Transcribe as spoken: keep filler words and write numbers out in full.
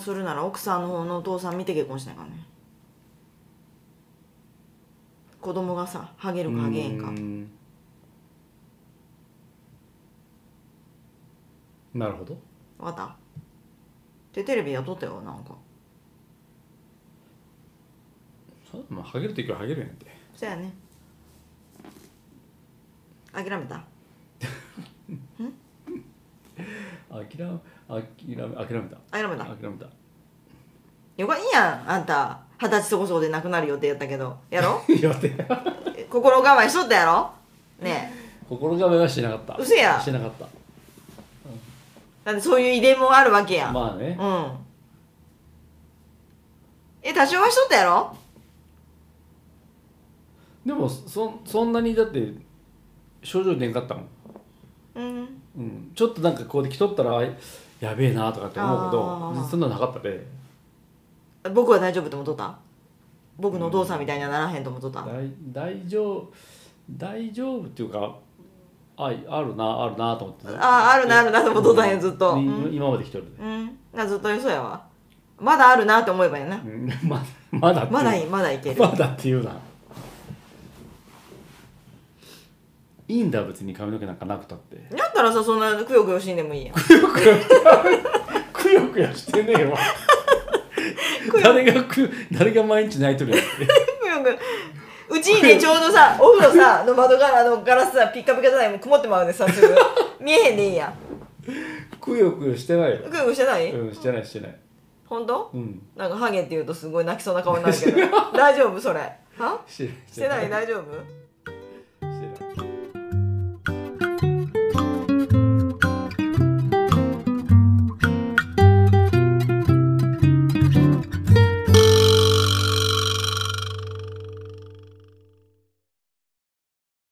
するなら奥さんの方のお父さん見て結婚しないからね。子供がさハゲるかハゲへんか。 なるほど。 分かった。でテレビ雇ったよなんか。 まあハゲるときはハゲるやんって。 そうやね。諦めた。 諦め諦め諦めた諦めた諦めた。 よかいいやんあんた二十歳そこそこで亡くなる予定やったけどやろ予定心構えしとったやろねえ心構えはしなかった。 うせやしなかった。 だってそういう遺伝もあるわけやん。 まあね。 うんえ多少はしとったやろ。 でもそそんなにだって症状出んかったもん。 うんうん、ちょっとなんかこうで来とったらやべえなとかって思うけどそんなのなかったで。 僕は大丈夫と思っとった。僕のお父さんみたいにはならへんと思っとった。 大大丈夫大丈夫っていうかああるなあるなと思って。 あああるなあるなと思っとったんやずっと、 うんうん、 今まで一人で、 うん、なずっとそうやわ。まだあるなって思えばいいな、うん、 ま, まだまだいいまだいける。 まだっていうないいんだ別に髪の毛なんかなくたって。 やったらさそんなくよくよしんでもいいやん。 くよくよくよくよしてねえわ誰がく誰が毎日泣いとるやつってくよくようちにねちょうどさお風呂さの窓からのガラスさピッカピカじゃないもう曇ってまうねさすぐ見えへんでいいやん。 くよくよしてないよ。 くよくよしてない？ うんしてないしてない。 ほんと？ うん。 なんかハゲって言うとすごい泣きそうな顔になるけど大丈夫それ？は？してない大丈夫？